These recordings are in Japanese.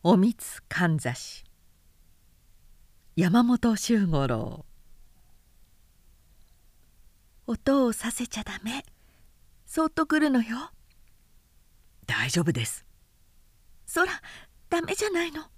おみつかんざし。山本周五郎。 音をさせちゃダメ。そっと来るのよ。 大丈夫です。 そらダメじゃないの。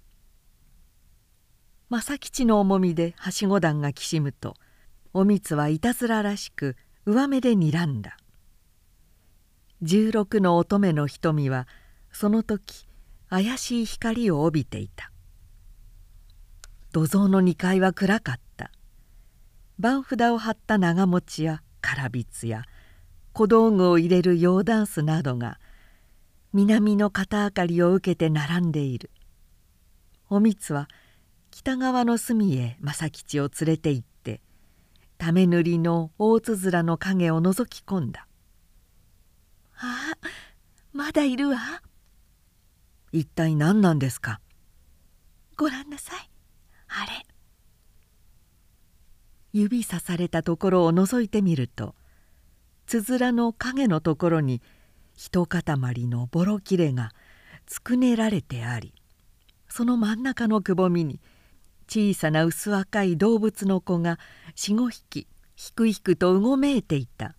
正吉の重みではしご段がきしむと、おみつはいたずららしく上目で睨んだ。16の乙女の瞳はその時怪しい光を帯びていた。土蔵の2階は暗かった。番札を貼った長持や唐櫃や小道具を入れる洋ダンスなどが南の肩明かりを受けて並んでいる。おみつは北側の隅へ正吉を連れて行って為塗りの大つづらの影を覗き込んだ。 ああ、まだいるわ。 一体何なんですか。 ごらんなさい、あれ。 指さされたところを覗いてみると、つづらの影のところに一塊のボロ切れがつくねられてあり、その真ん中のくぼみに小さな薄赤い動物の子が4、5匹ひくひくとうごめいていた。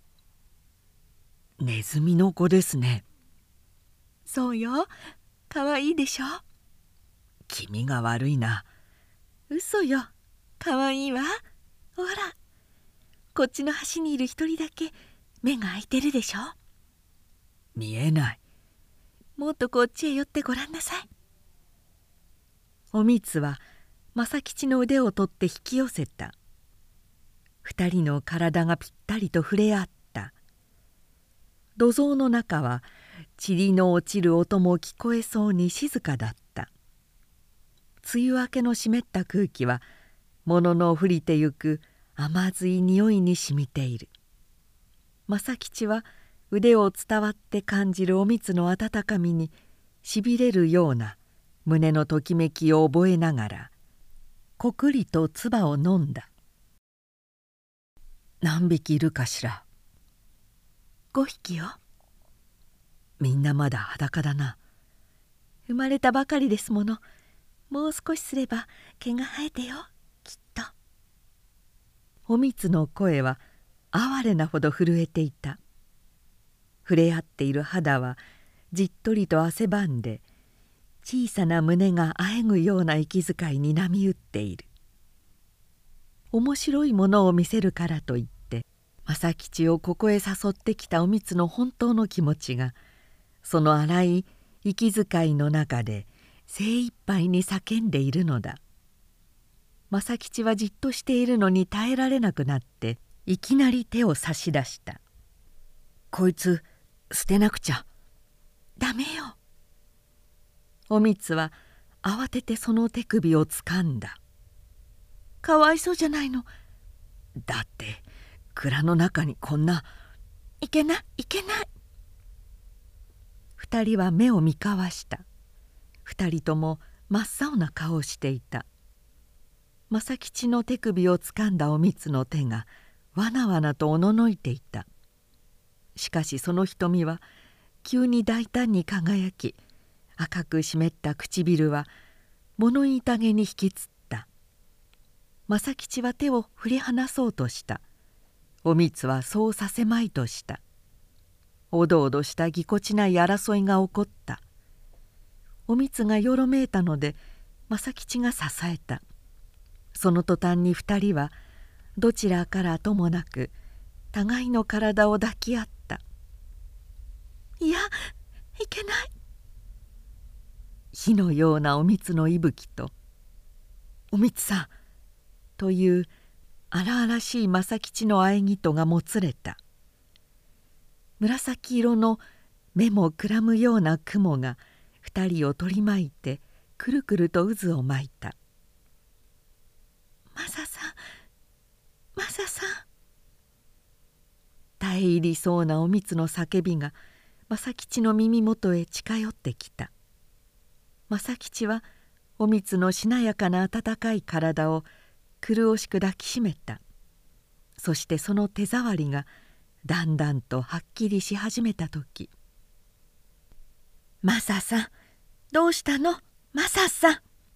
ネズミの子ですね。 そうよ、かわいいでしょ。 気味が悪いな。 嘘よ、かわいいわ。ほら、こっちの端にいる一人だけ目が開いてるでしょ。 見えない。 もっとこっちへ寄ってごらんなさい。 おみつは正吉の腕を取って引き寄せた。二人の体がぴったりと触れ合った。土蔵の中は塵の落ちる音も聞こえそうに静かだった。梅雨明けの湿った空気は物の降りてゆく甘ずい匂いにしみている。正吉は腕を伝わって感じるおみつの温かみにしびれるような胸のときめきを覚えながらこくりと唾を飲んだ。何匹いるかしら。 5匹よ。 みんなまだ裸だな。 生まれたばかりですもの。もう少しすれば毛が生えてよ、きっと。 おみつの声は哀れなほど震えていた。触れ合っている肌はじっとりと汗ばんで、小さな胸があえぐような息遣いに波打っている。面白いものを見せるからといって正吉をここへ誘ってきたおみつの本当の気持ちがその荒い息遣いの中で精一杯に叫んでいるのだ。正吉はじっとしているのに耐えられなくなっていきなり手を差し出した。こいつ捨てなくちゃ。 ダメよ。 おみつは慌ててその手首をつかんだ。 かわいそうじゃないの。 だって蔵の中にこんな。 いけない、いけない。 二人は目を見交わした。二人とも真っ青な顔をしていた。正吉の手首をつかんだおみつの手がわなわなとおののいていた。しかしその瞳は急に大胆に輝き、赤く湿った唇は物言いたげに引きつった。正吉は手を振り離そうとした。おみつはそうさせまいとした。おどおどしたぎこちない争いが起こった。おみつがよろめいたので正吉が支えた。その途端に二人はどちらからともなく互いの体を抱き合った。 いや、いけない。 火のようなおみつの息吹と「おみつさん」という荒々しい正吉の喘ぎとがもつれた。紫色の目もくらむような雲が二人を取り巻いてくるくると渦を巻いた。 マサさん、マサさん。 耐え入りそうなおみつの叫びが正吉の耳元へ近寄ってきた。正吉はおみつのしなやかな温かい体を苦しく抱きしめた。そしてその手触りがだんだんとはっきりし始めた時、 マサさん、どうしたの、 マサさん。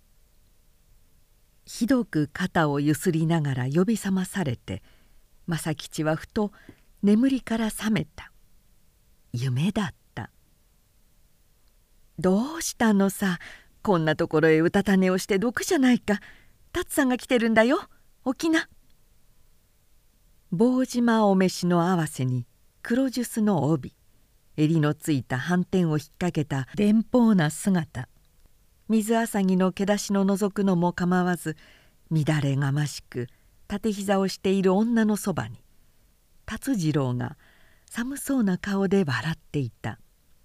ひどく肩をゆすりながら呼び覚まされて、正吉はふと眠りから覚めた。夢だった。どうしたのさ、こんなところへうたた寝をして毒じゃないか。達さんが来てるんだよ、起きな。棒島お召しの合わせに黒ジュスの帯、襟のついた斑点を引っ掛けた連邦な姿、水あさぎの毛出しの覗くのも構わず、乱れがましく縦膝をしている女のそばに達次郎が寒そうな顔で笑っていた。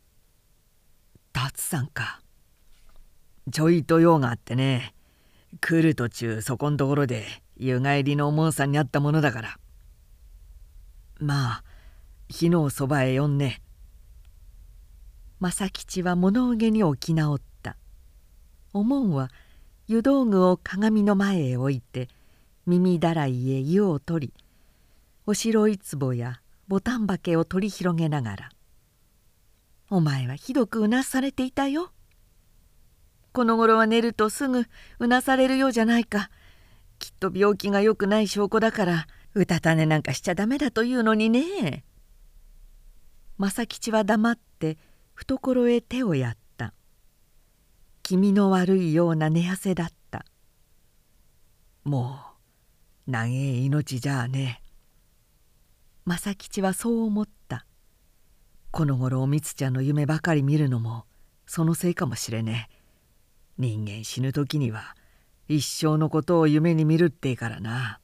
達さんか。ちょいと用があってね。来る途中そこんところで湯帰りのおもんさんに会ったものだから。まあ火のそばへ呼んね。正吉は物憂げに起き直った。おもんは湯道具を鏡の前へ置いて耳だらいへ湯を取り、お白い壺やボタンばけを取り広げながら「お前はひどくうなされていたよ。この頃は寝るとすぐうなされるようじゃないか。きっと病気がよくない証拠だからうたた寝なんかしちゃダメだというのにね。」正吉は黙って懐へ手をやった。気味の悪いような寝汗だった。もう長え命じゃあね。正吉はそう思った。この頃おみつちゃんの夢ばかり見るのもそのせいかもしれねえ。人間死ぬ時には一生のことを夢に見るっていからな。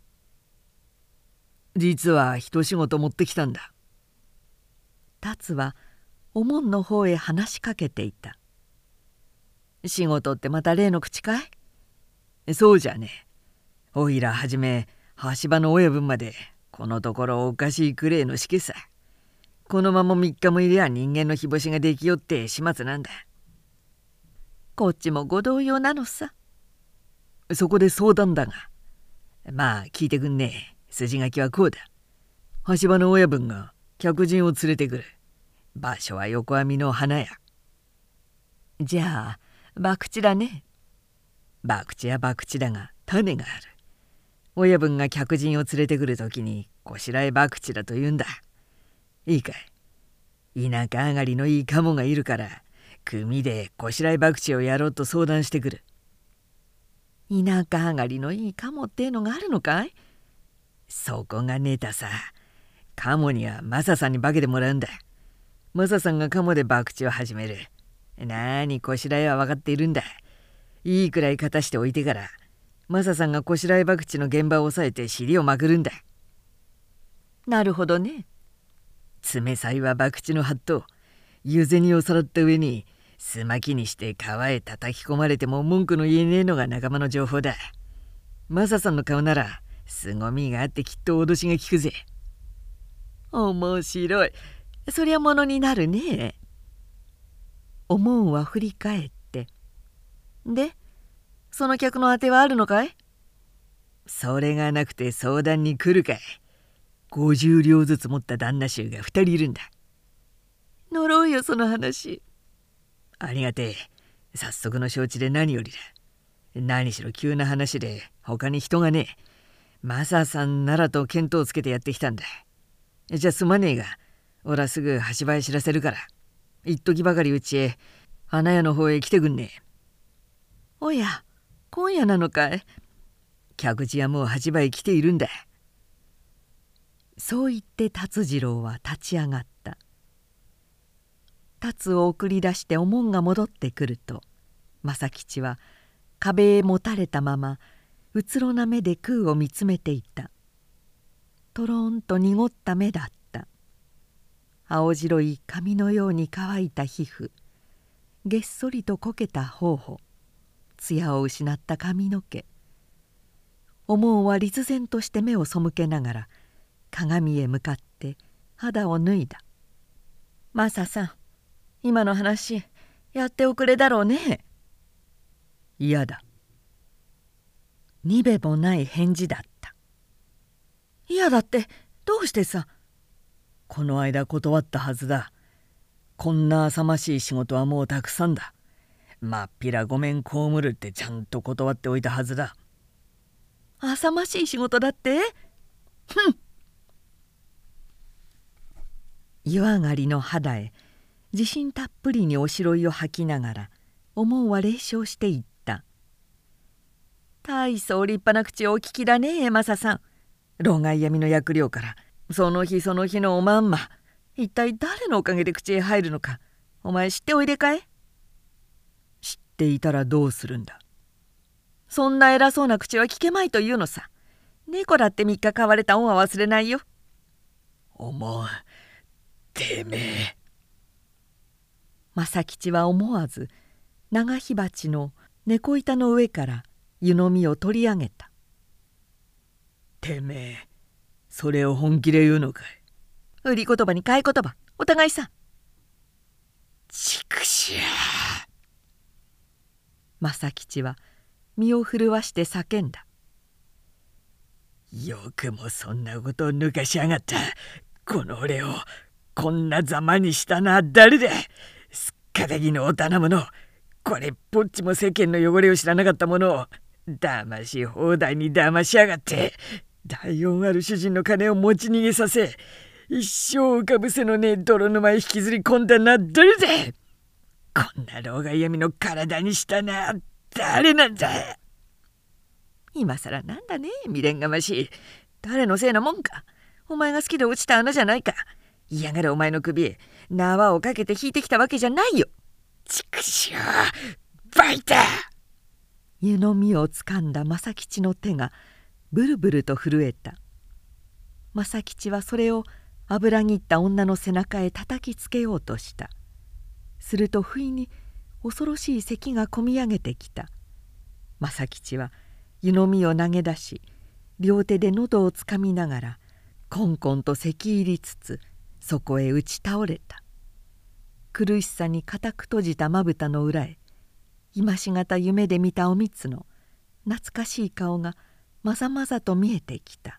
実は一仕事持ってきたんだ。達はおもんの方へ話しかけていた。仕事ってまた例の口かい？そうじゃねえ。おいらはじめ橋場の親分までこのところおかしいくれえのしけさ。このまま3日もいりゃ人間の日干しができよって始末なんだ。こっちもご同様なのさ。そこで相談だが、まあ聞いてくんねえ。筋書きはこうだ。橋場の親分が客人を連れてくる。場所は横網の花屋。じゃあ博打だね。博打や博打だが種がある。親分が客人を連れてくるときにこしらえ博打だと言うんだ。いいかい。田舎上がりのいいカモがいるから組でこしらえ博打をやろうと相談してくる。田舎上がりのいいカモってのがあるのかい？そこがネタさ。カモにはマサさんに化けてもらうんだ。マサさんがカモで博打を始める。なにこしらえは分かっているんだ。いいくらい勝たしておいてからマサさんがこしらえ博打の現場を押さえて尻をまくるんだ。なるほどね。爪さいは博打のハット、湯銭をさらった上にすまきにして川へ叩き込まれても文句の言えねえのが仲間の情報だ。マサさんの顔なら凄みがあってきっと脅しが効くぜ。面白い。そりゃものになるね。おもんは振り返って、でその客のあてはあるのかい？それがなくて相談に来るかい。50両ずつ持った旦那衆が2人いるんだ。乗ろうよその話。ありがてえ。早速の承知で何よりだ。何しろ急な話で他に人がねえ。マサさんならと見当をつけてやってきたんだ。じゃあすまねえが、おらすぐ橋場へ知らせるから、一時ばかりうちへ花屋の方へ来てくんねえ。おや、今夜なのかい？客人はもう橋場へ来ているんだ。そう言って達次郎は立ち上がった。達を送り出しておもんが戻ってくると、正吉は壁へもたれたままうつろな目で空を見つめていた。とろんと濁った目だった。青白い髪のように乾いた皮膚、げっそりとこけた頬、艶を失った髪の毛。おもんは立然として目を背けながら鏡へ向かって肌を脱いだ。マサさん、今の話やっておくれだろうね。嫌だ。にべもない返事だった。嫌だってどうしてさ。この間断ったはずだ。こんな浅ましい仕事はもうたくさんだ。 まっぴらごめん被るってちゃんと断っておいたはずだ。 浅ましい仕事だって。ふん。湯上がりの肌へ自信たっぷりにおしろいを吐きながらおもんは冷笑して言った。大層立派な口をお聞きだねえマサさん。老害闇の役料からその日その日のおまんま、一体誰のおかげで口へ入るのかお前知っておいでかい？ 知っていたらどうするんだ。 そんな偉そうな口は聞けまいというのさ。猫だって3日飼われた恩は忘れないよ。 おもん、てめえ。 正吉は思わず長火鉢の猫板の上から湯飲みを取り上げた。 てめえ、それを本気で言うのかい？ 売り言葉に買い言葉、お互いさ。 ちくしゃー。 正吉は身を震わして叫んだ。 よくもそんなことを抜かしやがった。この俺をこんなざまにしたのは誰だ？すっかたぎのおたなもの、これっぽっちも世間の汚れを知らなかったものを騙し放題に騙しやがって、大恩ある主人の金を持ち逃げさせ、一生浮かぶせのねえ泥沼へ引きずり込んだのは誰だ？こんな老害闇の体にしたのは誰なんだ？ 今さらなんだね未練がましい。誰のせいなもんか。お前が好きで落ちた穴じゃないか。嫌がるお前の首へ縄をかけて引いてきたわけじゃないよ。 ちくしょう、バイタ。 湯飲みをつかんだ正吉の手がブルブルと震えた。正吉はそれを油ぎった女の背中へ叩きつけようとした。すると不意に恐ろしい咳がこみ上げてきた。正吉は湯飲みを投げ出し、両手で喉をつかみながらコンコンと咳入りつつそこへ打ち倒れた。苦しさに固く閉じたまぶたの裏へ今しがた夢で見たおみつの懐かしい顔がまざまざと見えてきた。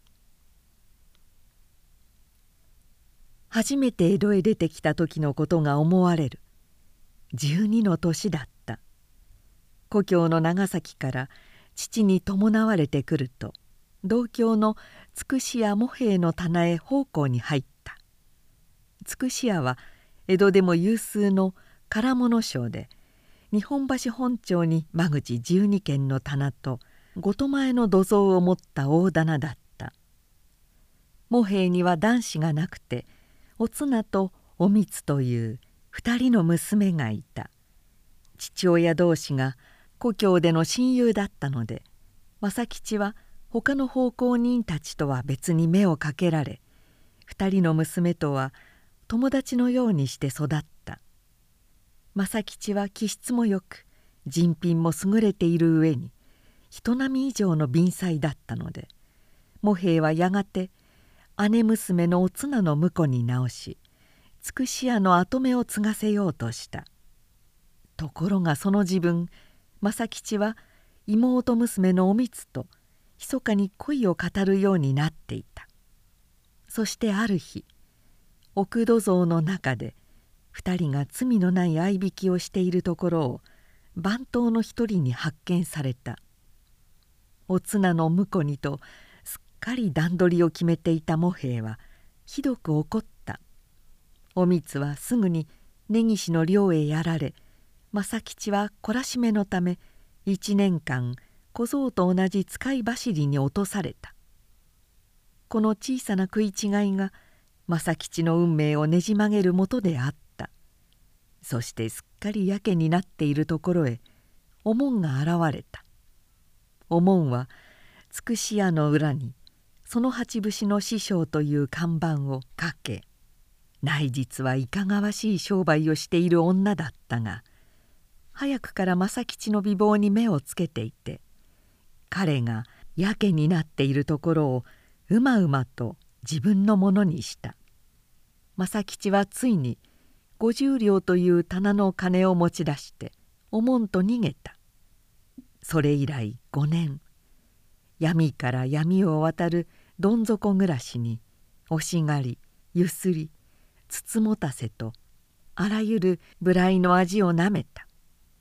初めて江戸へ出てきた時のことが思われる。12の年だった。故郷の長崎から父に伴われてくると同郷のつくし屋茂兵衛の棚へ奉公に入った。つくし屋は江戸でも有数の唐物商で、日本橋本町に間口12軒の棚とごと前の土蔵を持った大棚だった。茂兵衛には男子がなくてお綱とおみつという2人の娘がいた。父親同士が故郷での親友だったので、正吉は他の奉公人たちとは別に目をかけられ、2人の娘とは友達のようにして育った。正吉は気質もよく人品も優れている上に人並み以上の憫才だったので、茂兵衛はやがて姉娘のお綱の婿に直し、つくし屋の跡目を継がせようとした。ところがその自分正吉は妹娘のおみつと密かに恋を語るようになっていた。そしてある日、奥土蔵の中で2人が罪のない合いびきをしているところを番頭の一人に発見された。お綱の婿にとすっかり段取りを決めていた茂兵衛はひどく怒った。おみつはすぐに根岸の寮へやられ、正吉は懲らしめのため1年間小僧と同じ使い走りに落とされた。この小さな食い違いが正吉の運命をねじ曲げるもとであった。そしてすっかりやけになっているところへおもんが現れた。おもんはつくし屋の裏にその八節の師匠という看板をかけ、内実はいかがわしい商売をしている女だったが、早くから正吉の美貌に目をつけていて、彼がやけになっているところをうまうまと自分のものにした。正吉はついに50両という棚の金を持ち出しておもんと逃げた。それ以来5年、闇から闇を渡るどん底暮らしに押し狩りゆすりつつもたせとあらゆる無頼の味をなめた。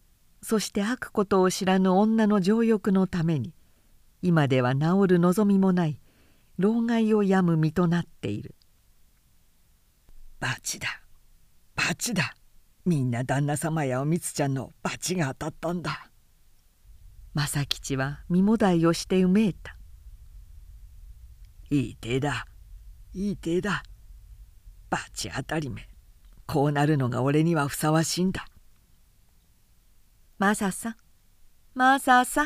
そして飽くことを知らぬ女の情欲のために今では治る望みもない老害を病む身となっている。 罰だ罰だ、みんな旦那様やおみつちゃんの罰が当たったんだ。 正吉は身もだいをしてうめいた。 いい手だいい手だ、罰当たりめ、こうなるのが俺にはふさわしいんだ。 マサさんマサさん。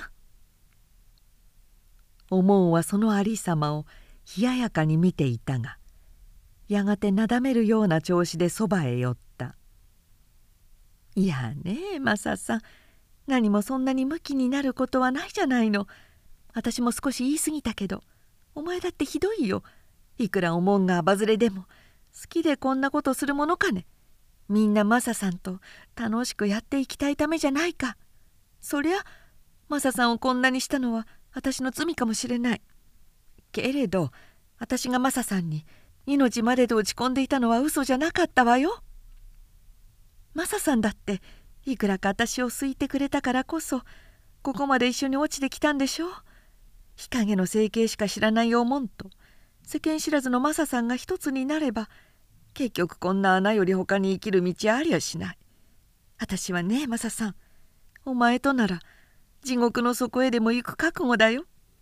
おもんはそのありさまを冷ややかに見ていたが、やがてなだめるような調子でそばへ寄った。いやねえマサさん、何もそんなにムキになることはないじゃないの。私も少し言い過ぎたけど、お前だってひどいよ。いくらおもんがアバズレでも好きでこんなことするものかね。みんなマサさんと楽しくやっていきたいためじゃないか。そりゃマサさんをこんなにしたのは私の罪かもしれないけれど、私がマサさんに命までで落ち込んでいたのは嘘じゃなかったわよ。マサさんだっていくらか私を好いてくれたからこそここまで一緒に落ちてきたんでしょう。日陰の整形しか知らないおもんと世間知らずのマサさんが一つになれば、結局こんな穴より他に生きる道ありゃしない。私はねマサさん、お前となら地獄の底へでも行く覚悟だよ。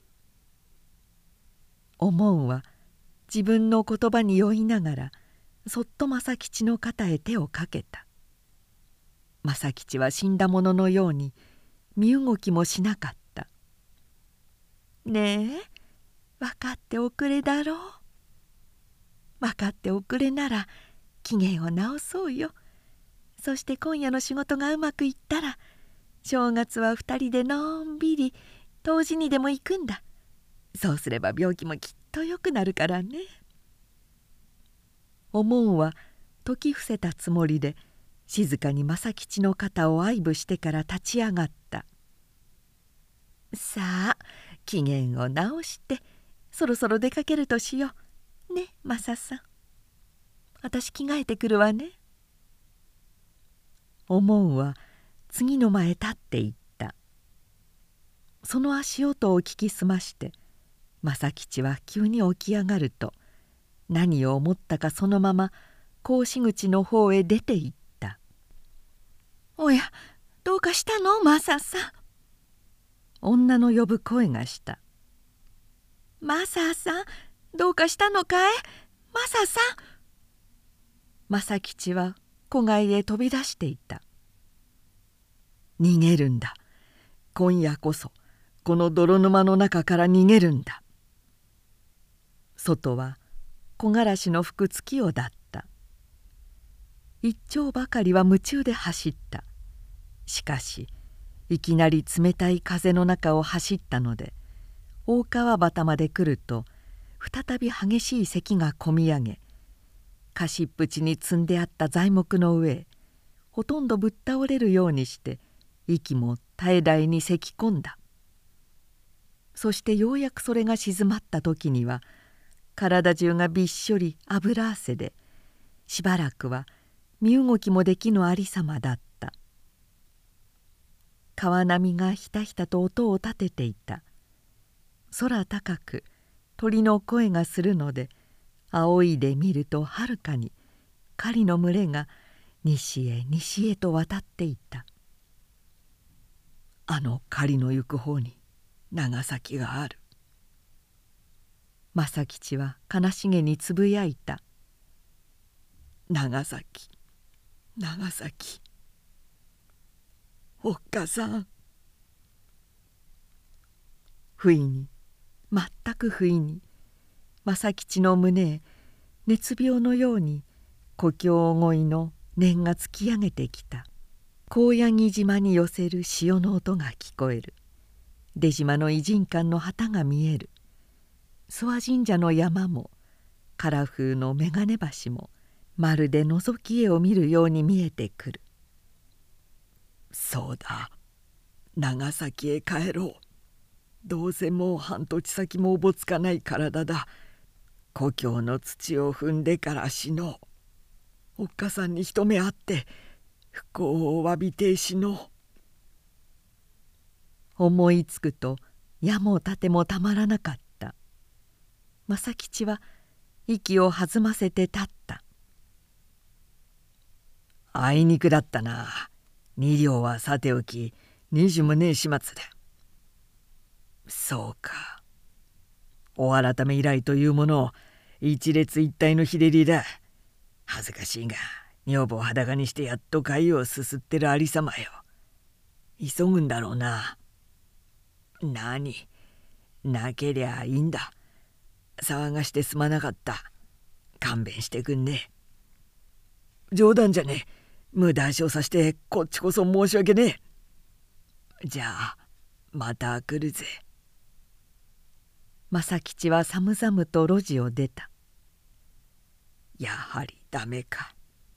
おもんは自分の言葉に酔いながらそっと正吉の肩へ手をかけた。正吉は死んだもののように身動きもしなかった。ねえ分かっておくれだろう。分かっておくれなら機嫌を直そうよ。そして今夜の仕事がうまくいったら正月は2人でのんびり湯治にでも行くんだ。そうすれば病気もきっと良くなるからね。おもんは時伏せたつもりで静かに正吉の肩を愛撫してから立ち上がった。さあ機嫌を直してそろそろ出かけるとしようねマサさん。私着替えてくるわね。おもんは次の間へ立っていった。その足音を聞きすまして正吉は急に起き上がると、何を思ったかそのまま格子口の方へ出て行った。おやどうかしたのマサさん。女の呼ぶ声がした。マサさんどうかしたのかいマサさん。正吉は戸外へ飛び出していた。逃げるんだ。今夜こそこの泥沼の中から逃げるんだ。外は木枯らしの吹く月夜だった。一丁ばかりは夢中で走った。しかしいきなり冷たい風の中を走ったので、大川端まで来ると再び激しい咳がこみ上げ、かしっぷちに積んであった材木の上へほとんどぶっ倒れるようにして息も絶え絶えに咳き込んだ。そしてようやくそれが静まった時には体中がびっしょり油汗で、しばらくは身動きもできぬありさまだった。川波がひたひたと音を立てていた。空高く鳥の声がするので、仰いで見るとはるかに狩りの群れが西へ西へと渡っていた。あの狩りの行く方に長崎がある。正吉は悲しげにつぶやいた。長崎長崎、おっかさん。不意に全く不意に正吉の胸へ熱病のように故郷思いの念が突き上げてきた。高柳島に寄せる潮の音が聞こえる。出島の異人館の旗が見える。諏訪神社の山も唐風の眼鏡橋もまるで覗き絵を見るように見えてくる。そうだ、長崎へ帰ろう。どうせもう半年先もおぼつかない体だ。故郷の土を踏んでから死のう。おっかさんに一目会って不幸を詫びて死のう。 思いつくと矢も盾もたまらなかった。正吉は息を弾ませて立った。 あいにくだったな。2両はさておき20もねえ始末だ。そうか。お改め以来というものを一列一体の日照りだ。恥ずかしいが女房を裸にしてやっと粥をすすってるありさまよ。急ぐんだろうな。何、なけりゃいいんだ。騒がしてすまなかった。勘弁してくんねえ。冗談じゃねえ。無駄足をさしてこっちこそ申し訳ねえ。じゃあまた来るぜ。 正吉は寒々と路地を出た。 やはりダメか。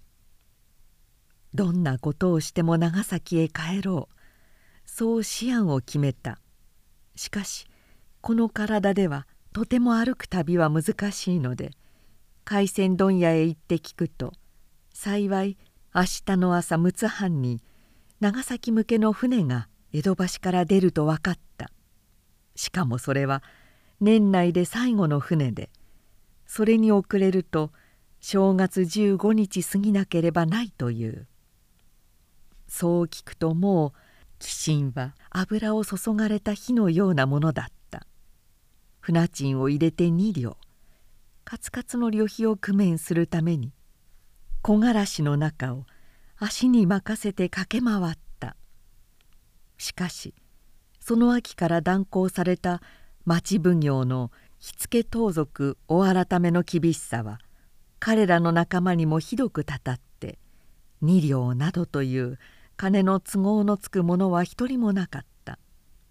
どんなことをしても長崎へ帰ろう、そう思案を決めた。しかしこの体ではとても歩く旅は難しいので、海鮮問屋へ行って聞くと、幸い明日の朝6時半に長崎向けの船が江戸橋から出ると分かった。しかもそれは年内で最後の船で、それに遅れると正月15日過ぎなければないという。そう聞くともう寄進は油を注がれた火のようなものだった。船賃を入れて2両、カツカツの旅費を工面するために木枯らしの中を足に任せて駆け回った。しかしその秋から断行された町奉行の火付盗賊お改めの厳しさは彼らの仲間にもひどくたたって、2両などという金の都合のつくものは一人もなかった。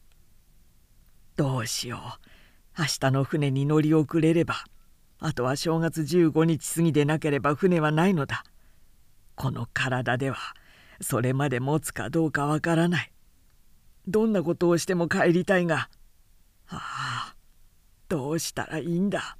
どうしよう。明日の船に乗り遅れれば、あとは正月15日過ぎでなければ船はないのだ。この体ではそれまで持つかどうかわからない。どんなことをしても帰りたいが、ああ、どうしたらいいんだ。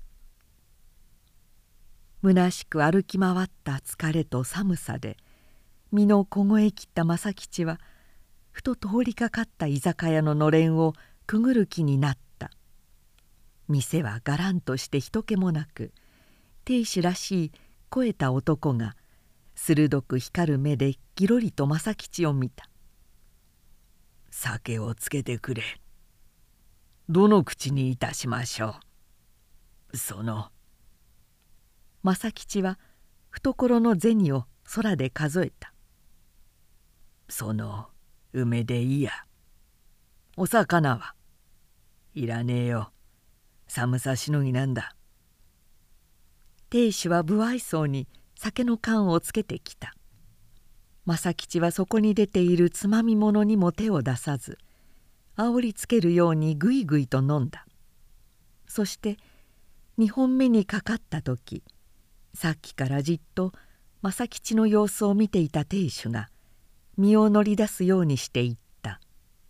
虚しく歩き回った疲れと寒さで身の凍えきった正吉は、ふと通りかかった居酒屋ののれんをくぐる気になった。店はがらんとして人気もなく、亭主らしい肥えた男が鋭く光る目でぎろりと正吉を見た。 酒をつけてくれ。どの口にいたしましょう。その。 正吉は懐の銭を空で数えた。 その梅でいいや。お魚はいらねえよ。寒さしのぎなんだ。 亭主は不愛想に酒の缶をつけてきた。正吉はそこに出ているつまみ物にも手を出さず、煽りつけるようにぐいぐいと飲んだ。そして2本目にかかった時、さっきからじっと正吉の様子を見ていた亭主が身を乗り出すようにして言った。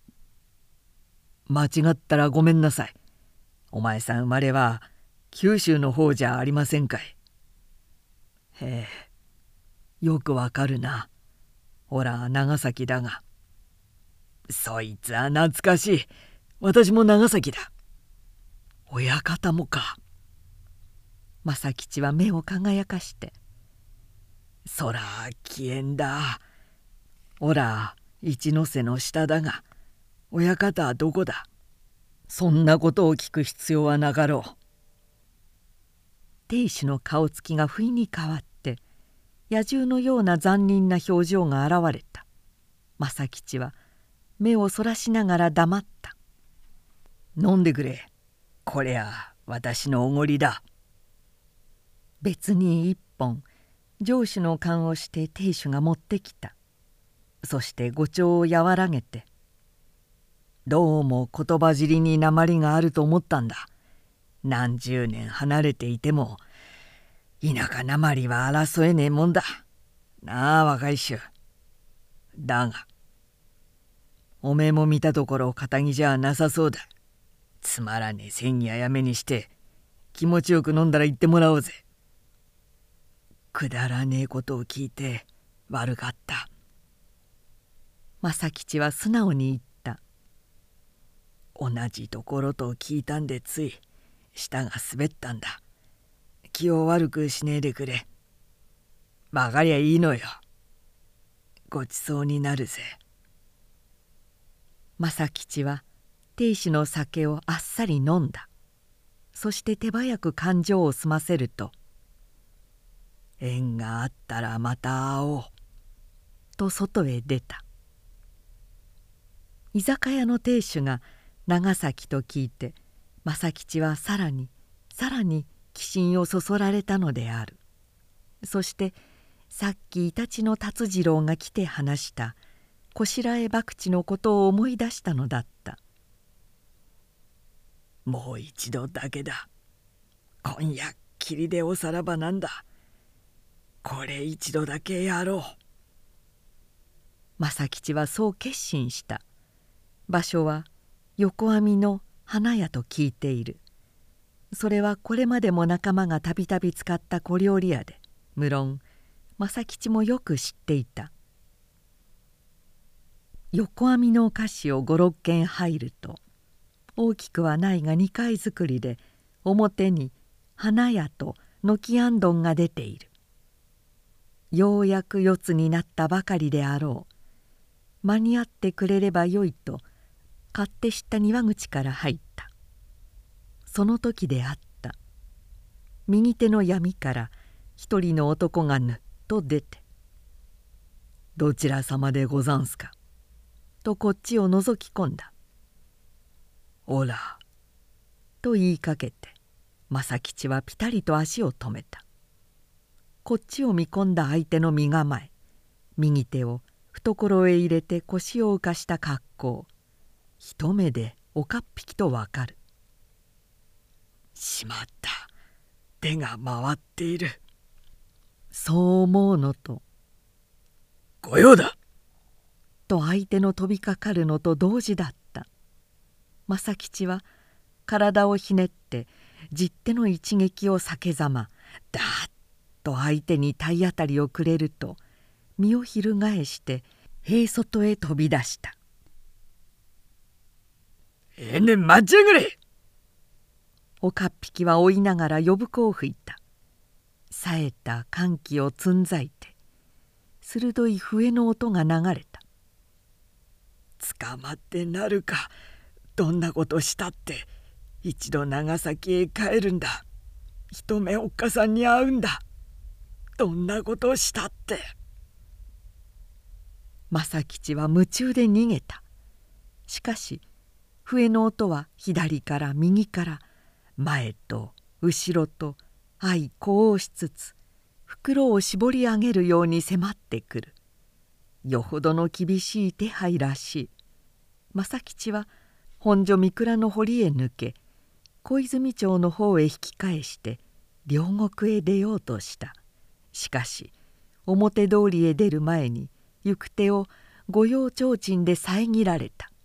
間違ったらごめんなさい。お前さん生まれは九州の方じゃありませんかい。へえ、よくわかるな。ほら長崎だが。そいつは懐かしい。私も長崎だ。親方もか。 正吉は目を輝かして、 そら奇縁だ。ほら一ノ瀬の下だが、親方はどこだ。そんなことを聞く必要はなかろう。 亭主の顔つきが不意に変わって、野獣のような残忍な表情が現れた。正吉は目をそらしながら黙った。 飲んでくれ。こりゃ私のおごりだ。 別に一本上酒の缶をして亭主が持ってきた。そして語調を和らげて、どうも言葉尻に訛りがあると思ったんだ。何十年離れていても田舎訛りは争えねえもんだなあ若い衆。だがおめえも見たところ堅気じゃなさそうだ。つまらねえ戦議ややめにして気持ちよく飲んだら言ってもらおうぜ。くだらねえことを聞いて悪かった。 正吉は素直に言った。 同じところと聞いたんでつい舌が滑ったんだ。気を悪くしねえでくれ。曲がりゃいいのよ。ごちそうになるぜ。 正吉は亭主の酒をあっさり飲んだ。そして手早く勘定を済ませると「縁があったらまた会おう」と外へ出た。居酒屋の亭主が長崎と聞いて、正吉はさらに寄進をそそられたのである。そしてさっきイタチの達次郎が来て話したこしらえ博打のことを思い出したのだった。 もう一度だけだ。今夜霧でおさらばなんだ。これ一度だけやろう。 正吉はそう決心した。場所は横網の花屋と聞いている。それはこれまでも仲間がたびたび使った小料理屋で、無論正吉もよく知っていた。横網のお菓子を5、6軒入ると、大きくはないが2階造りで、表に花屋と軒あんどんが出ている。ようやく四つになったばかりであろう。間に合ってくれればよいと勝手知った庭口から入った。その時であった。右手の闇から一人の男がぬっと出て「どちら様でござんすか」とこっちを覗き込んだ。「おら」と言いかけて正吉はぴたりと足を止めた。こっちを見込んだ相手の身構え、右手を懐へ入れて腰を浮かした格好、一目でおかっぴきとわかる。 しまった、手が回っている。 そう思うのと 「御用だ!」 と相手の飛びかかるのと同時だった。正吉は体をひねって十手の一撃を避けざま、だーっと相手に体当たりをくれると、身を翻して塀外へ飛び出した。 「待ちやがれ!」 おかっぴきは追いながら呼ぶ子を吹いた。冴えた歓喜をつんざいて鋭い笛の音が流れた。 捕まってなるか。どんなことしたって一度長崎へ帰るんだ。一目おっかさんに会うんだ。どんなことしたって。 正吉は夢中で逃げた。しかし笛の音は左から右から前と後ろと相呼応しつつ袋を絞り上げるように迫ってくる。よほどの厳しい手配らしい。正吉は本所三倉の堀へ抜け、小泉町の方へ引き返して両国へ出ようとした。しかし表通りへ出る前に行く手を御用提灯で遮られた。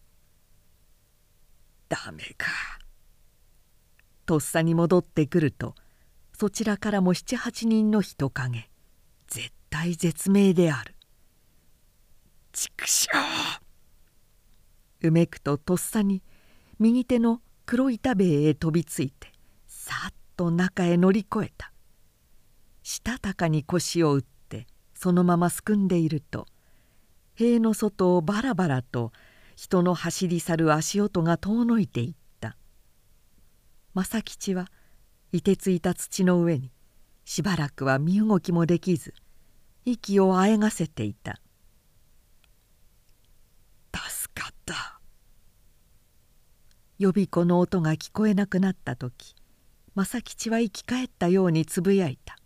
ダメか。 とっさに戻ってくると、そちらからも7、8人の人影。絶対絶命である。 畜生！ うめくととっさに右手の黒板塀へ飛びついてさっと中へ乗り越えた。したたかに腰を打ってそのまますくんでいると、塀の外をバラバラと人の走り去る足音が遠のいていった。正吉はいてついた土の上にしばらくは身動きもできず息をあえがせていた。 助かった。 予備子の音が聞こえなくなった時、正吉は生き返ったようにつぶやいた。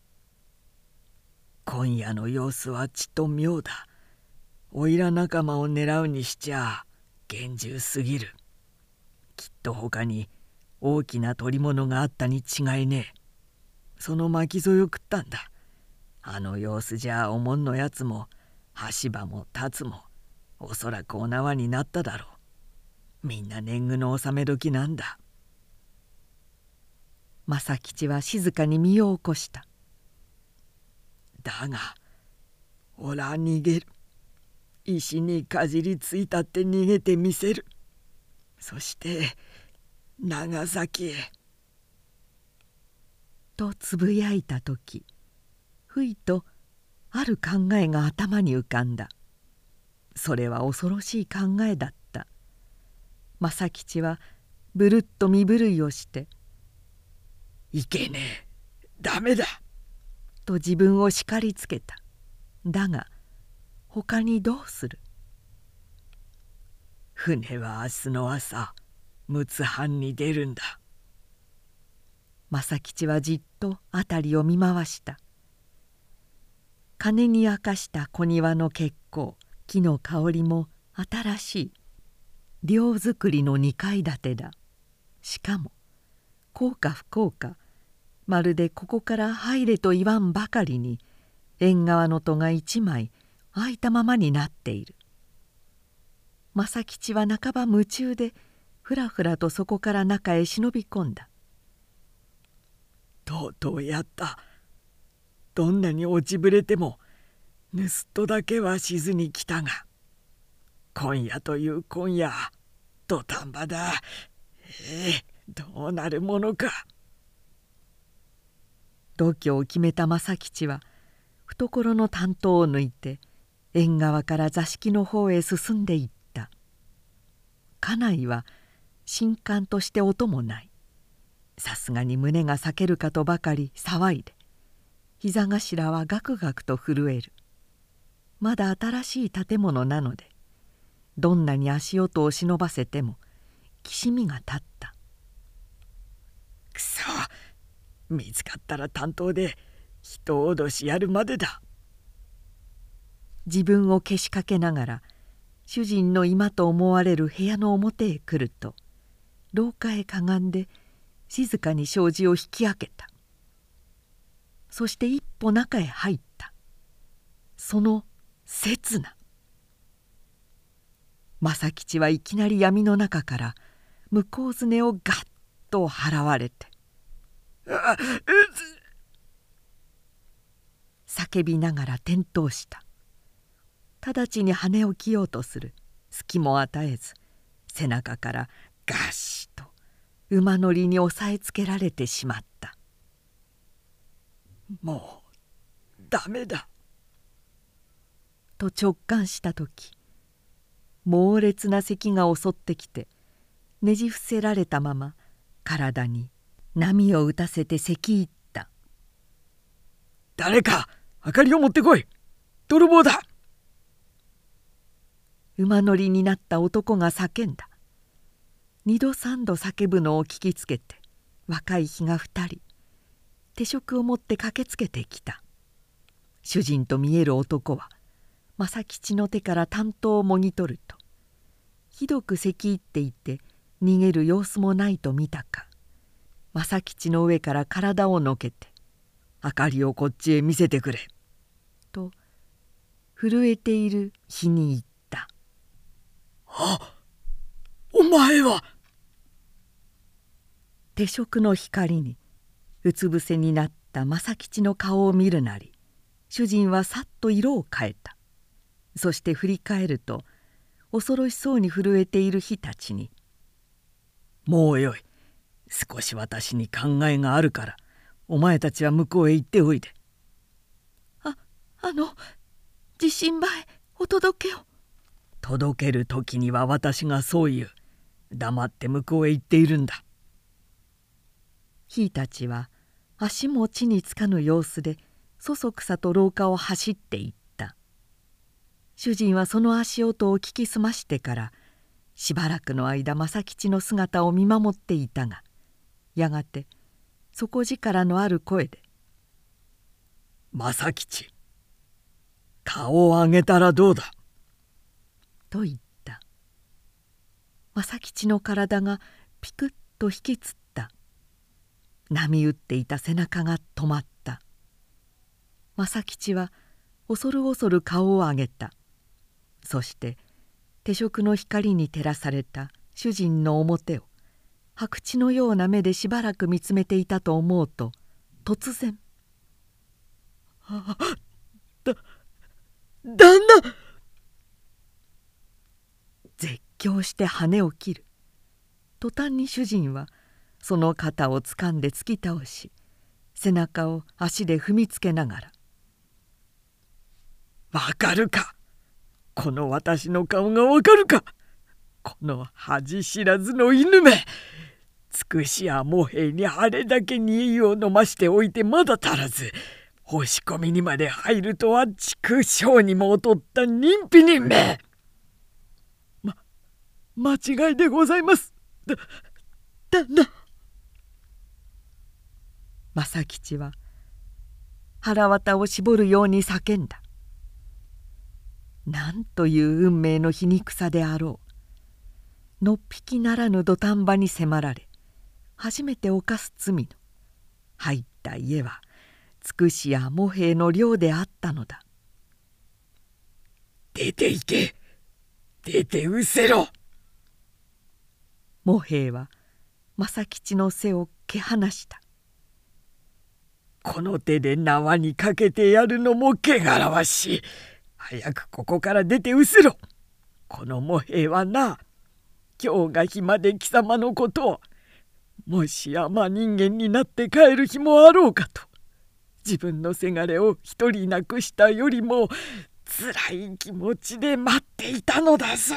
今夜の様子はちと妙だ。おいら仲間を狙うにしちゃ厳重すぎる。きっと他に大きな取り物があったに違いねえ。その巻き添えを食ったんだ。あの様子じゃおもんのやつも橋場も立つもおそらくお縄になっただろう。みんな年貢の納め時なんだ。 正吉は静かに身を起こした。 だがおら逃げる。石にかじりついたって逃げてみせる。 そして長崎へ。 とつぶやいた時、ふいとある考えが頭に浮かんだ。それは恐ろしい考えだった。正吉はぶるっと身震いをして 「いけねえ、ダメだ」 と自分を叱りつけた。だが他にどうする。 船は明日の朝陸奥藩に出るんだ。 正吉はじっと辺りを見回した。鐘に明かした小庭の結構、木の香りも新しい寮造りの2階建てだ。しかも幸か不幸か、まるでここから入れと言わんばかりに縁側の戸が1枚開いたままになっている。正吉は半ば夢中でふらふらとそこから中へ忍び込んだ。 とうとうやった。どんなに落ちぶれても盗人だけはしずに来たが、今夜という今夜土壇場だ。どうなるものか。 度胸を決めた正吉は懐の短刀を抜いて縁側から座敷の方へ進んでいった。家内は新官として音もない。さすがに胸が裂けるかとばかり騒いで膝頭はガクガクと震える。まだ新しい建物なのでどんなに足音を忍ばせてもきしみが立った。 くそ、見つかったら担当で人脅しやるまでだ。 自分をけしかけながら主人の居間と思われる部屋の表へ来ると、廊下へかがんで静かに障子を引き開けた。そして一歩中へ入った。その刹那、正吉はいきなり闇の中から向こうずねをガッと払われて叫びながら転倒した。直ちに羽を着ようとする隙も与えず、背中からガッシと馬乗りに押さえつけられてしまった。 もうダメだと直感した時、猛烈な咳が襲ってきてねじ伏せられたまま体に波を打たせて咳入った。 誰か明かりを持ってこい、泥棒だ。 馬乗りになった男が叫んだ。2度3度叫ぶのを聞きつけて若い日が2人手食を持って駆けつけてきた。主人と見える男は正吉の手から短刀をもぎ取ると、ひどく咳入っていて逃げる様子もないと見たか、正吉の上から体をのけて「明かりをこっちへ見せてくれ」と震えている日に言った。 あ、お前は。 手食の光にうつ伏せになった正吉の顔を見るなり、主人はさっと色を変えた。そして振り返ると恐ろしそうに震えている日たちに 「もうよい、少し私に考えがあるからお前たちは向こうへ行っておいで」。 地震場へお届けを。 届ける時には私がそう言う。黙って向こうへ行っているんだ。 ひいたちは足も地につかぬ様子でそそくさと廊下を走っていった。主人はその足音を聞き澄ましてからしばらくの間正吉の姿を見守っていたが、やがて底力のある声で 「正吉、顔を上げたらどうだ」 と言った。正吉の体がピクッと引きつった。波打っていた背中が止まった。正吉は恐る恐る顔を上げた。そして手食の光に照らされた主人の表を白痴のような目でしばらく見つめていたと思うと、突然 「旦那!」 絶叫して羽を切る。 途端に主人はその肩をつかんで突き倒し、背中を足で踏みつけながら 「わかるか、この私の顔がわかるか、この恥知らずの犬め、つくしや茂平にあれだけ煮え湯を飲ましておいてまだ足らず、押し込みにまで入るとは畜生にも劣った人否人め。間違いでございます。旦那。」 正吉は腹渡を絞るように叫んだ。なんという運命の皮肉さであろう。のっぴきならぬ土壇場に迫られ、初めて犯す罪の入った家はつくしや茂平の寮であったのだ。 出て行け、出て失せろ。 茂平は正吉の背を蹴放した。 この手で縄にかけてやるのも汚らわしい。早くここから出て失せろ。この茂平はな、今日が暇で貴様のことを、もしや真人間になって帰る日もあろうかと、自分のせがれを一人亡くしたよりもつらい気持ちで待っていたのだぞ。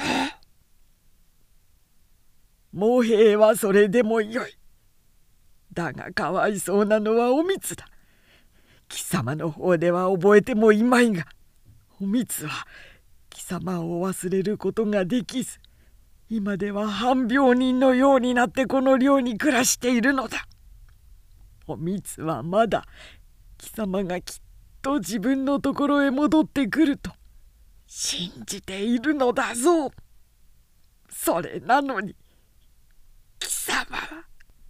茂平はそれでもよい。だがかわいそうなのはおみつだ。貴様の方では覚えてもいまいが、おみつは貴様を忘れることができず、今では半病人のようになってこの寮に暮らしているのだ。おみつはまだ貴様がきっと自分のところへ戻ってくると信じているのだぞ。それなのに貴様は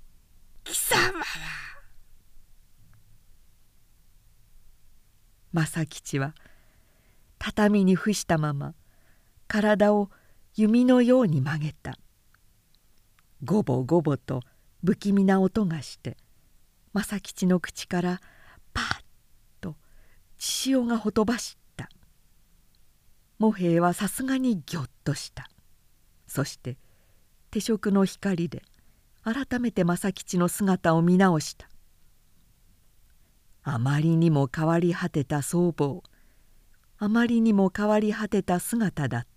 正吉は畳に伏したまま体を弓のように曲げた。ごぼごぼと不気味な音がして、正吉の口からパッと血潮がほとばしった。茂平はさすがにぎょっとした。そして手燭の光で改めて正吉の姿を見直した。あまりにも変わり果てた相貌、あまりにも変わり果てた姿だった。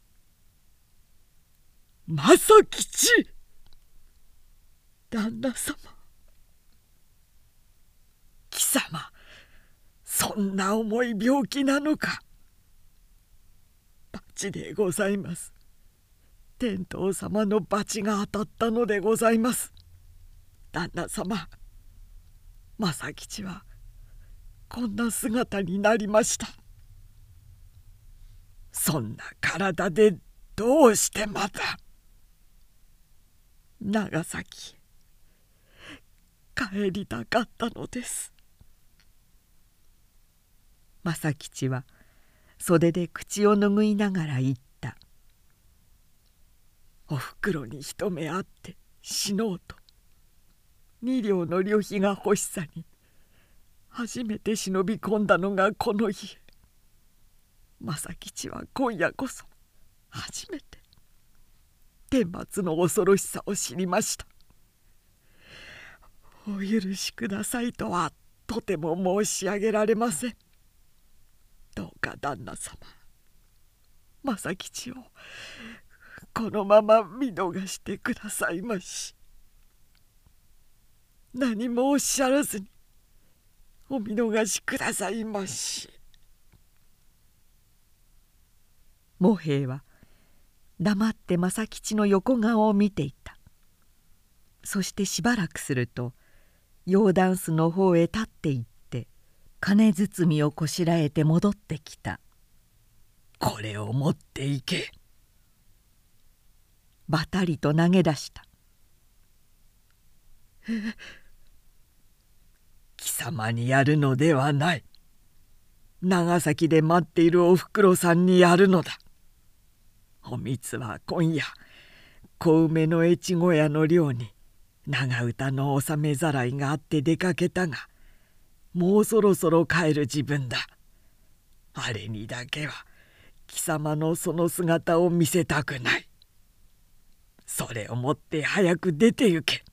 正吉、旦那様、貴様、そんな重い病気なのか。罰でございます。天道様の罰が当たったのでございます。旦那様、正吉はこんな姿になりました。そんな体でどうしてまた長崎へ帰りたかったのです。 正吉は袖で口を拭いながら言った。 おふくろに一目会って死のうと2両の旅費が欲しさに初めて忍び込んだのがこの家。正吉は今夜こそ初めて天罰の恐ろしさを知りました。お許しくださいとはとても申し上げられません。どうか旦那様、正吉をこのまま見逃してくださいまし。何もおっしゃらずにお見逃しくださいまし。 茂平は黙って正吉の横顔を見ていた。そしてしばらくすると洋ダンスの方へ立って行って金包みをこしらえて戻ってきた。 これを持っていけ。 ばたりと投げ出した。 貴様にやるのではない。長崎で待っているおふくろさんにやるのだ。おみつは今夜小梅の越後屋の寮に長唄の納めざらいがあって出かけたが、もうそろそろ帰る自分だ。あれにだけは貴様のその姿を見せたくない。 それを持って早く出て行け。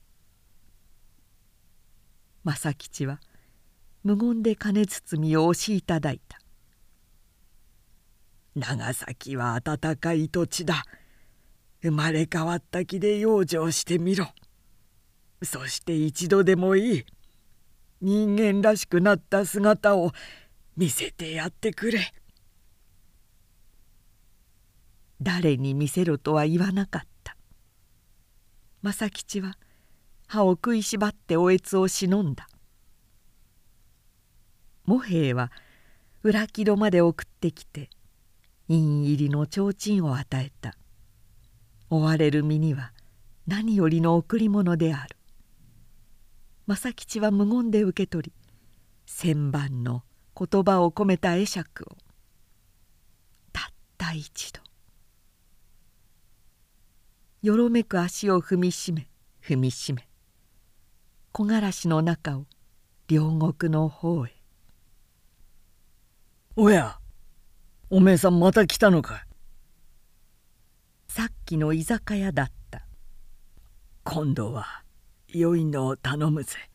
正吉は無言で金包を押しいただいた。 長崎は暖かい土地だ。生まれ変わった気で養生してみろ。そして一度でもいい人間らしくなった姿を見せてやってくれ。 誰に見せろとは言わなかった。正吉は歯を食いしばっておえつを忍んだ。茂兵衛は裏木戸まで送ってきて印入りの提灯を与えた。追われる身には何よりの贈り物である。正吉は無言で受け取り、千番の言葉を込めた会釈をたった一度、よろめく足を踏みしめ木枯らしの中を両国の方へ。 おや、おめえさんまた来たのか。 さっきの居酒屋だった。 今度は良いのを頼むぜ。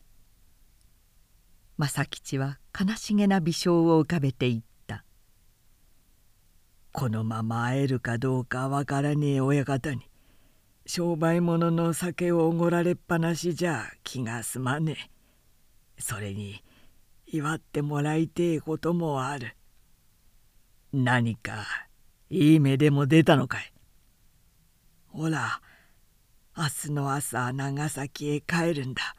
正吉は悲しげな微笑を浮かべていった。 このまま会えるかどうかわからねえ親方に商売物の酒をおごられっぱなしじゃ気が済まねえ。それに祝ってもらいてえこともある。何かいい目でも出たのかい。ほら、明日の朝長崎へ帰るんだ。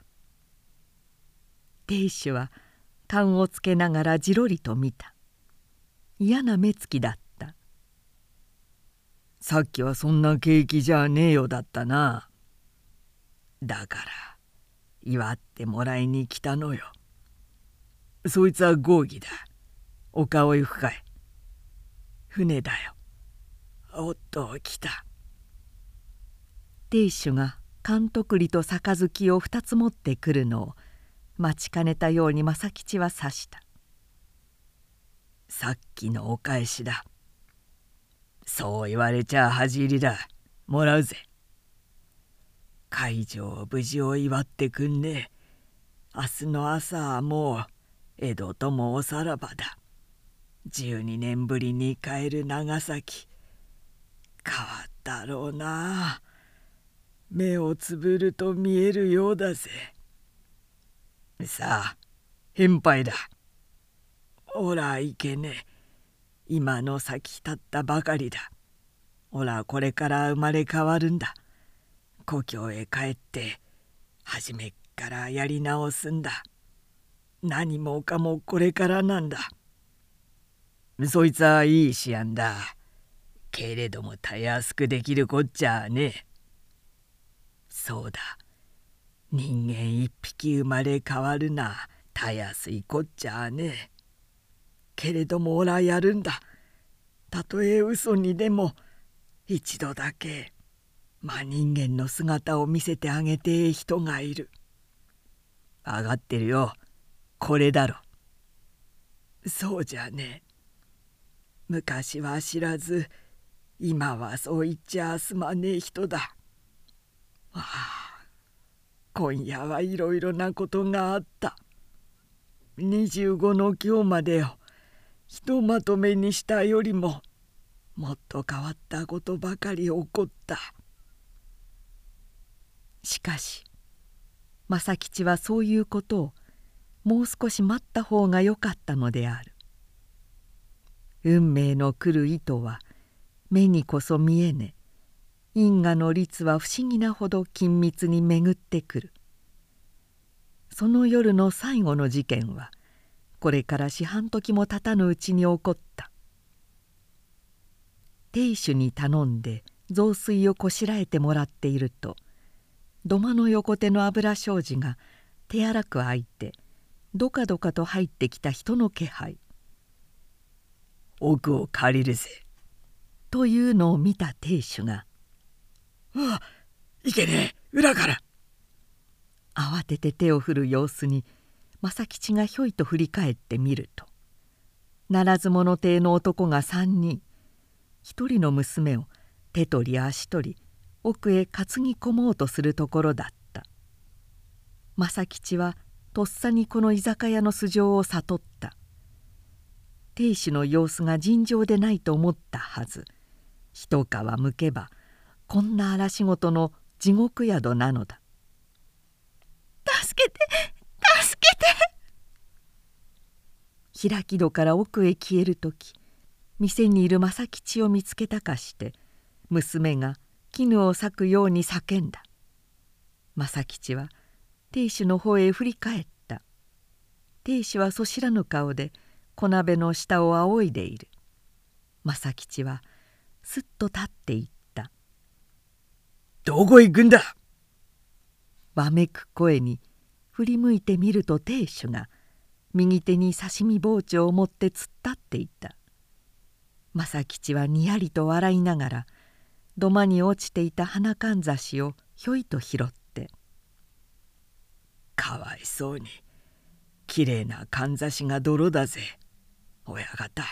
亭主は勘をつけながらじろりと見た。嫌な目つきだった。 さっきはそんな景気じゃねえよだったな。だから祝ってもらいに来たのよ。そいつは合議だ。お顔行くかい。船だよ。おっと来た。 亭主が監督りと杯を2つ持ってくるのを待ちかねたように正吉は指した。 さっきのお返しだ。そう言われちゃ恥入りだ。もらうぜ。海上無事を祝ってくんねえ。明日の朝はもう江戸ともおさらばだ。12年ぶりに帰る長崎。変わったろうな。目をつぶると見えるようだぜ。さあ返杯だ。ほらいけねえ。今の先立ったばかりだ。ほらこれから生まれ変わるんだ。故郷へ帰って初めっからやり直すんだ。何もかもこれからなんだ。そいつはいい思案だ。けれどもたやすくできるこっちゃねえ。そうだ。人間一匹生まれ変わるなたやすいこっちゃねえ。けれどもおらやるんだ。たとえ嘘にでも一度だけ真人間の姿を見せてあげてえ人がいる。分かってるよ。これだろ。そうじゃねえ。昔は知らず今はそう言っちゃすまねえ人だ。ああ、今夜はいろいろなことがあった。25の今日までをひとまとめにしたよりももっと変わったことばかり起こった。 しかし正吉はそういうことをもう少し待った方がよかったのである。運命の来る意図は目にこそ見えね。因果の律は不思議なほど緊密に巡ってくる。その夜の最後の事件はこれから四半時も経たぬうちに起こった。亭主に頼んで雑炊をこしらえてもらっていると土間の横手の油障子が手荒く開いてどかどかと入ってきた人の気配。 奥を借りるぜ。 というのを見た亭主が 「ああいけねえ裏から」。 慌てて手を振る様子に正吉がひょいと振り返ってみるとならず者邸の男が3人、一人の娘を手取り足取り奥へ担ぎ込もうとするところだった。正吉はとっさにこの居酒屋の素性を悟った。亭主の様子が尋常でないと思ったはず。一皮むけばこんな荒仕事の地獄宿なのだ。 助けて助けて。 開き戸から奥へ消える時、店にいる正吉を見つけたかして娘が絹を裂くように叫んだ。正吉は亭主の方へ振り返った。亭主はそしらぬ顔で小鍋の下を仰いでいる。正吉はすっと立っていった。 どこ行くんだ。 わめく声に振り向いてみると、亭主が右手に刺身包丁を持って突っ立っていた。正吉はにやりと笑いながら土間に落ちていた花かんざしをひょいと拾って「 かわいそうにきれいなかんざしが泥だぜ親方」。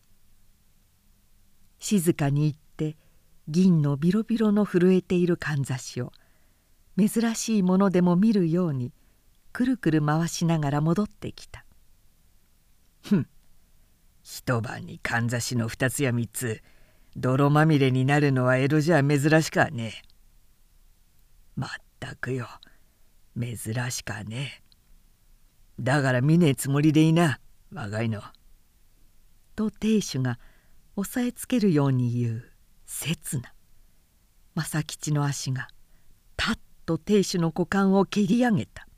静かに言って銀のビロビロの震えているかんざしを珍しいものでも見るようにくるくる回しながら戻ってきた。 ふん、一晩にかんざしの2つや3つ泥まみれになるのは江戸じゃ珍しかねえ。まったくよ、珍しかねえ。だから見ねえつもりでいな若いの。 と亭主が押さえつけるように言う刹那、正吉の足がたっと亭主の股間を蹴り上げた。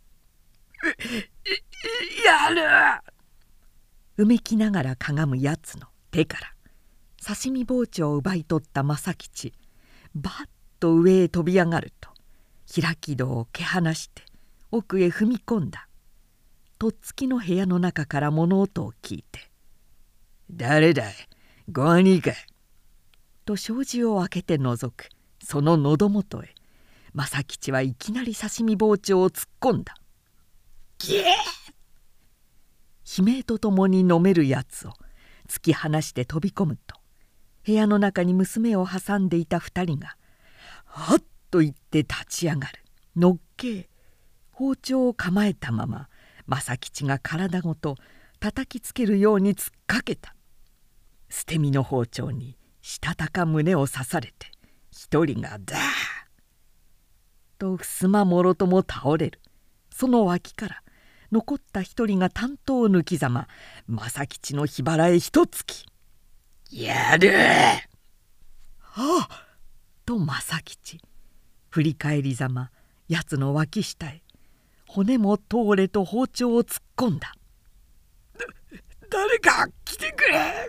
やる。 うめきながらかがむやつの手から刺身包丁を奪い取った正吉、バッと上へ飛び上がると開き戸を蹴放して奥へ踏み込んだ。とっつきの部屋の中から物音を聞いて 「誰だい、ご飯にいいかい」 と障子を開けてのぞくその喉元へ正吉はいきなり刺身包丁を突っ込んだ。 ギエー。 悲鳴とともに飲めるやつを突き放して飛び込むと、部屋の中に娘を挟んでいた2人がはっと言って立ち上がる。のっけ包丁を構えたまま正吉が体ごと叩きつけるように突っかけた。捨て身の包丁にしたたか胸を刺されて一人がダーッと襖もろとも倒れる。その脇から残った一人が短刀を抜きざま正吉の火腹へ一突き 「やる。 ああと正吉振り返りざまやつの脇下へ骨も通れと包丁を突っ込んだ。 誰か来てくれ。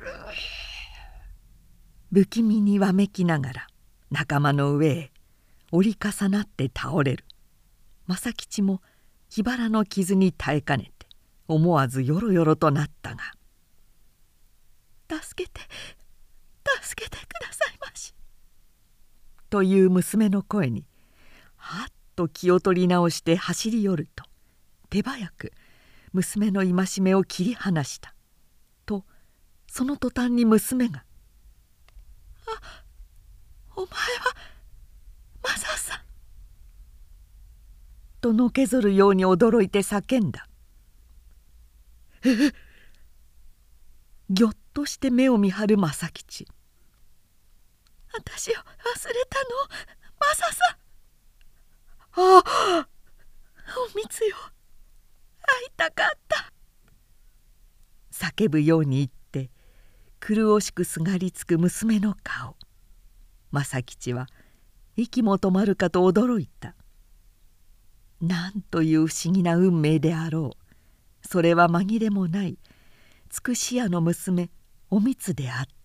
不気味にわめきながら仲間の上へ折り重なって倒れる。正吉も火腹の傷に耐えかねて思わずよろよろとなったが「助けて助けてくださいまし」という娘の声にはっと気を取り直して走り寄ると手早く娘の戒めを切り離したとその途端に娘が「あ、お前はマサさん」とのけぞるように驚いて叫んだ。ぎょっとして目を見張る正吉。私を忘れたのマサさん。ああ、おみつよ、会いたかった。叫ぶように言って苦しくすがりつく娘の顔。正吉は息も止まるかと驚いた。なんという不思議な運命であろう。それは紛れもないつくし屋の娘おみつであった。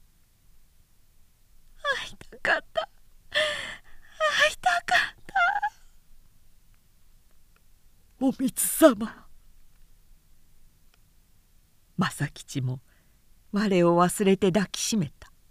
会いたかった、会いたかった。おみつ様。正吉も我を忘れて抱きしめた。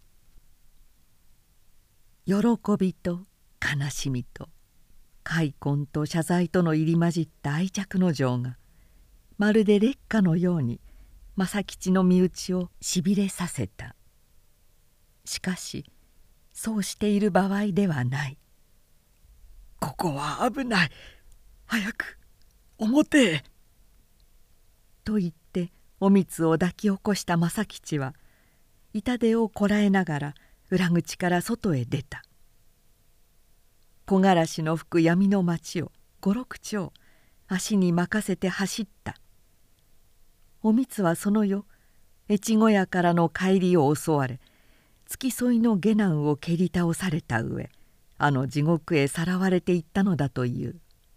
喜びと悲しみと悔恨と謝罪との入り混じった愛着の情がまるで烈火のように正吉の身内をしびれさせた。しかしそうしている場合ではない。 ここは危ない。早く表へ。 と言っておみつを抱き起こした正吉は痛手をこらえながら裏口から外へ出た。木枯らしの吹く闇の町を5、6丁足に任せて走った。おみつはその夜越後屋からの帰りを襲われ、付き添いの下男を蹴り倒された上、あの地獄へさらわれていったのだという。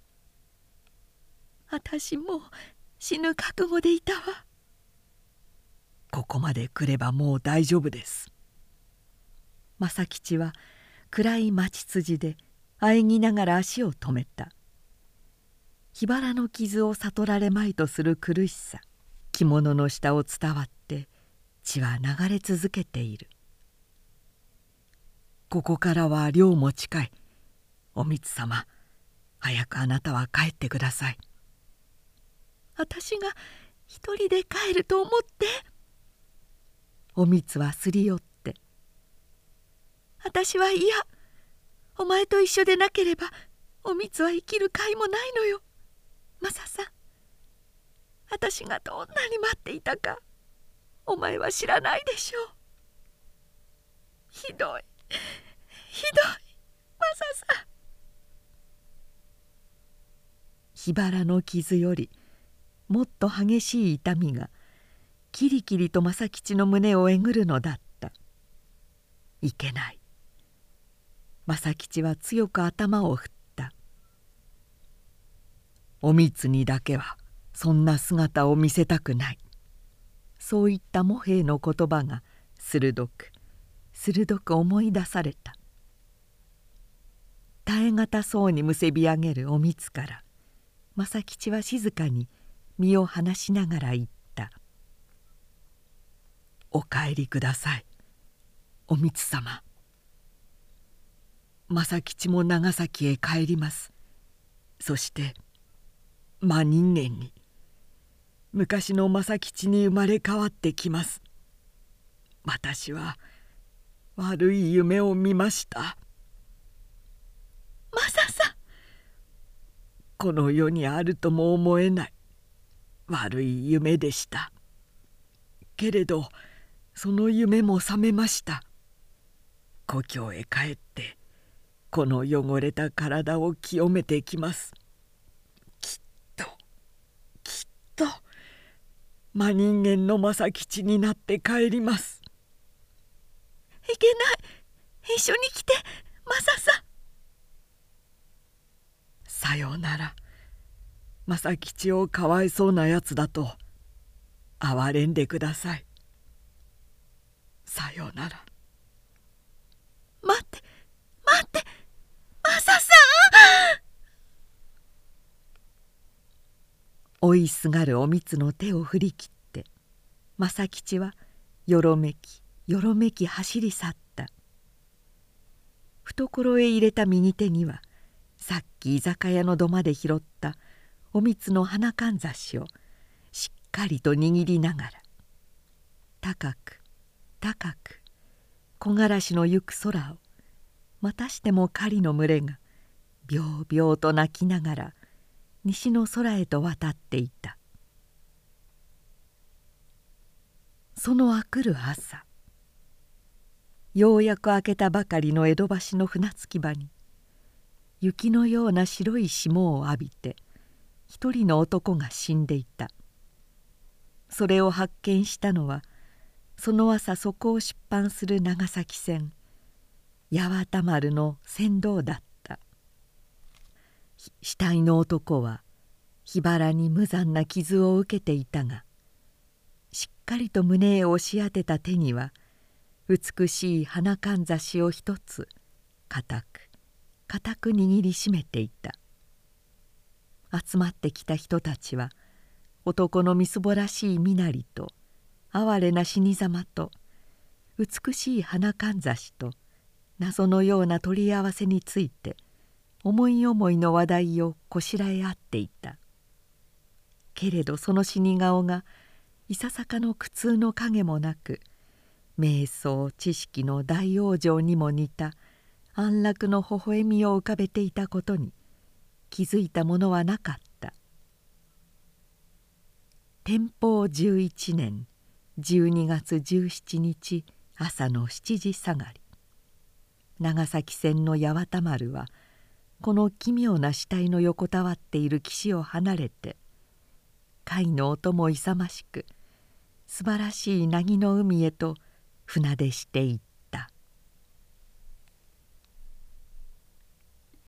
私もう死ぬ覚悟でいたわ。 ここまで来ればもう大丈夫です。 正吉は暗い町筋であえぎながら足を止めた。火腹の傷を悟られまいとする苦しさ、着物の下を伝わって血は流れ続けている。ここからは寮も近い。おみつ様、早くあなたは帰ってください。 私が一人で帰ると思って。 おみつはすり寄って、 私は嫌。お前と一緒でなければおみつは生きる甲斐もないのよ。マサさん、私がどんなに待っていたかお前は知らないでしょう。ひどいひどい、マサさん。 火腹の傷よりもっと激しい痛みがキリキリと正吉の胸をえぐるのだった。いけない。正吉は強く頭を振った。おみつにだけはそんな姿を見せたくない。そういった茂平の言葉が鋭く思い出された。耐え難そうにむせび上げるおみつから正吉は静かに身を離しながら言った。お帰りください、おみつ様。正吉も長崎へ帰ります。そして真人間に昔の正吉に生まれ変わってきます。私は悪い夢を見ました。 マサさん。 この世にあるとも思えない悪い夢でした。けれどその夢も覚めました。故郷へ帰ってこの汚れた体を清めてきます。きっと真人間の正吉になって帰ります。 いけない、一緒に来て、マサさん。 さようなら。正吉をかわいそうなやつだと憐れんでください。さようなら。 待って、マサさん。 追いすがるおみつの手を振り切って正吉はよろめき走り去った。懐へ入れた右手にはさっき居酒屋の土間で拾ったおみつの花かんざしをしっかりと握りながら、高く木枯らしの行く空をまたしても狩りの群れがびょうびょうと鳴きながら西の空へと渡っていた。そのあくる朝、ようやく明けたばかりの江戸橋の船着き場に雪のような白い霜を浴びて一人の男が死んでいた。それを発見したのはその朝そこを出版する長崎船八幡丸の船頭だった。死体の男は火腹に無残な傷を受けていたが、しっかりと胸へ押し当てた手には美しい花かんざしを一つ固く握りしめていた。集まってきた人たちは男のみすぼらしい身なりと哀れな死にざまと美しい花かんざしと謎のような取り合わせについて思い思いの話題をこしらえ合っていた。けれどその死に顔がいささかの苦痛の影もなく瞑想知識の大往生にも似た安楽の微笑みを浮かべていたことに気づいたものはなかった。天保11年12月17日朝の7時下がり、長崎船の八幡丸はこの奇妙な死体の横たわっている岸を離れて、貝の音も勇ましく素晴らしい凪の海へと船出していった。